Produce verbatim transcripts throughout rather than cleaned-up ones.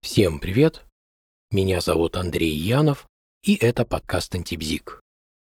Всем привет! Меня зовут Андрей Янов, и это подкаст «Антибзик».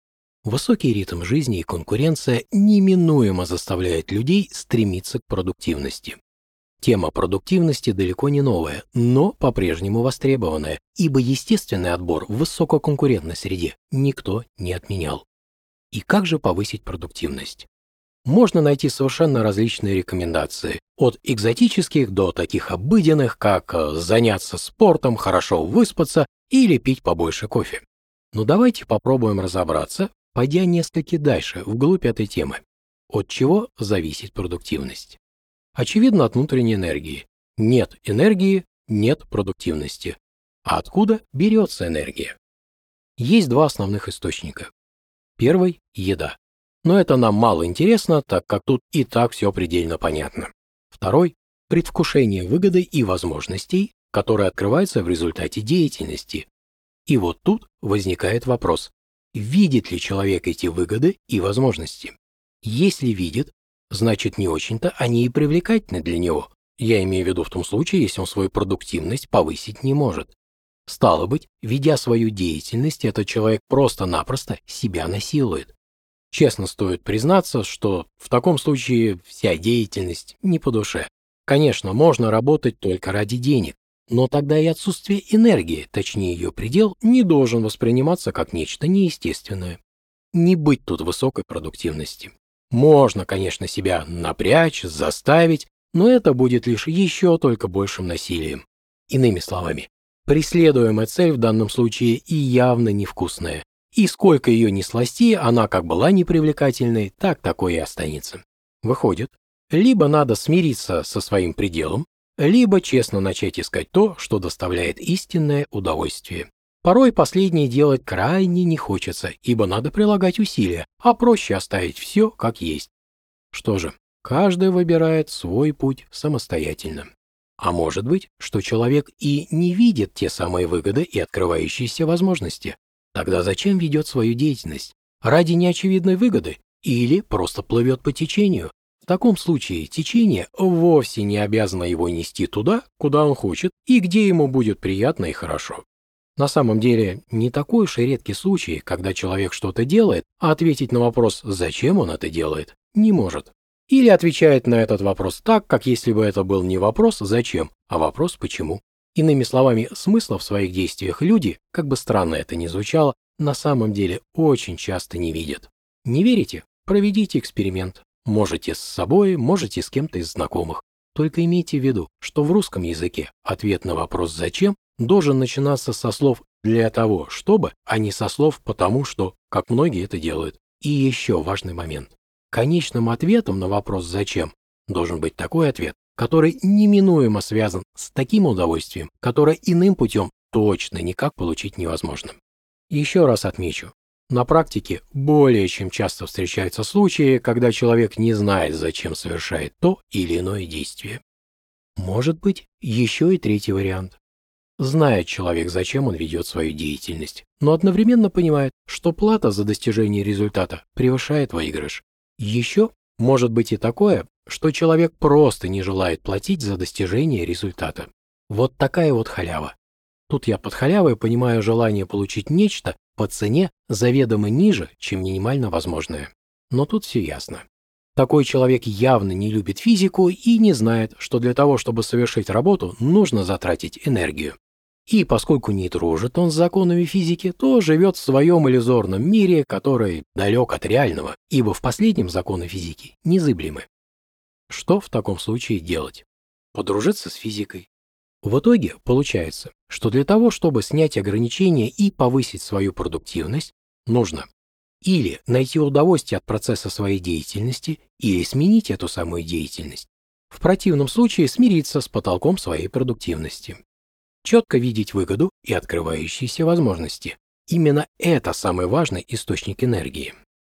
Высокий ритм жизни и конкуренция неминуемо заставляют людей стремиться к продуктивности. Тема продуктивности далеко не новая, но по-прежнему востребованная, ибо естественный отбор в высококонкурентной среде никто не отменял. И как же повысить продуктивность? Можно найти совершенно различные рекомендации, от экзотических до таких обыденных, как заняться спортом, хорошо выспаться или пить побольше кофе. Но давайте попробуем разобраться, пойдя несколько дальше, вглубь этой темы. От чего зависит продуктивность? Очевидно, от внутренней энергии. Нет энергии – нет продуктивности. А откуда берется энергия? Есть два основных источника. Первый – еда. Но это нам мало интересно, так как тут и так все предельно понятно. Второй – предвкушение выгоды и возможностей, которые открываются в результате деятельности. И вот тут возникает вопрос, видит ли человек эти выгоды и возможности? Если видит, значит не очень-то они и привлекательны для него. Я имею в виду в том случае, если он свою продуктивность повысить не может. Стало быть, ведя свою деятельность, этот человек просто-напросто себя насилует. Честно стоит признаться, что в таком случае вся деятельность не по душе. Конечно, можно работать только ради денег, но тогда и отсутствие энергии, точнее ее предел, не должен восприниматься как нечто неестественное. Не быть тут высокой продуктивности. Можно, конечно, себя напрячь, заставить, но это будет лишь еще только большим насилием. Иными словами, преследуемая цель в данном случае и явно невкусная. И сколько ее ни сласти, она как была непривлекательной, так такой и останется. Выходит, либо надо смириться со своим пределом, либо честно начать искать то, что доставляет истинное удовольствие. Порой последнее делать крайне не хочется, ибо надо прилагать усилия, а проще оставить все как есть. Что же, каждый выбирает свой путь самостоятельно. А может быть, что человек и не видит те самые выгоды и открывающиеся возможности. Тогда зачем ведет свою деятельность? Ради неочевидной выгоды или просто плывет по течению? В таком случае течение вовсе не обязано его нести туда, куда он хочет и где ему будет приятно и хорошо. На самом деле, не такой уж и редкий случай, когда человек что-то делает, а ответить на вопрос «зачем он это делает?» не может. Или отвечает на этот вопрос так, как если бы это был не вопрос «зачем», а вопрос «почему?». Иными словами, смысла в своих действиях люди, как бы странно это ни звучало, на самом деле очень часто не видят. Не верите? Проведите эксперимент. Можете с собой, можете с кем-то из знакомых. Только имейте в виду, что в русском языке ответ на вопрос «зачем» должен начинаться со слов «для того, чтобы», а не со слов «потому что», как многие это делают. И еще важный момент. Конечным ответом на вопрос «зачем» должен быть такой ответ, который неминуемо связан с таким удовольствием, которое иным путем точно никак получить невозможно. Еще раз отмечу, на практике более чем часто встречаются случаи, когда человек не знает, зачем совершает то или иное действие. Может быть, еще и третий вариант. Знает человек, зачем он ведет свою деятельность, но одновременно понимает, что плата за достижение результата превышает выигрыш. Еще может быть и такое, что человек просто не желает платить за достижение результата. Вот такая вот халява. Тут я под халявой понимаю желание получить нечто по цене заведомо ниже, чем минимально возможное. Но тут все ясно. Такой человек явно не любит физику и не знает, что для того, чтобы совершить работу, нужно затратить энергию. И поскольку не дружит он с законами физики, то живет в своем иллюзорном мире, который далек от реального, ибо в последнем законы физики незыблемы. Что в таком случае делать? Подружиться с физикой. В итоге получается, что для того, чтобы снять ограничения и повысить свою продуктивность, нужно или найти удовольствие от процесса своей деятельности, или сменить эту самую деятельность. В противном случае смириться с потолком своей продуктивности. Четко видеть выгоду и открывающиеся возможности. Именно это самый важный источник энергии.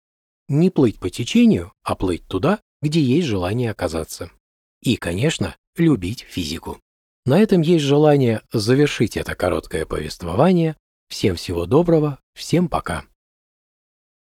Не плыть по течению, а плыть туда, где есть желание оказаться. И, конечно, любить физику. На этом есть желание завершить это короткое повествование. Всем всего доброго, всем пока.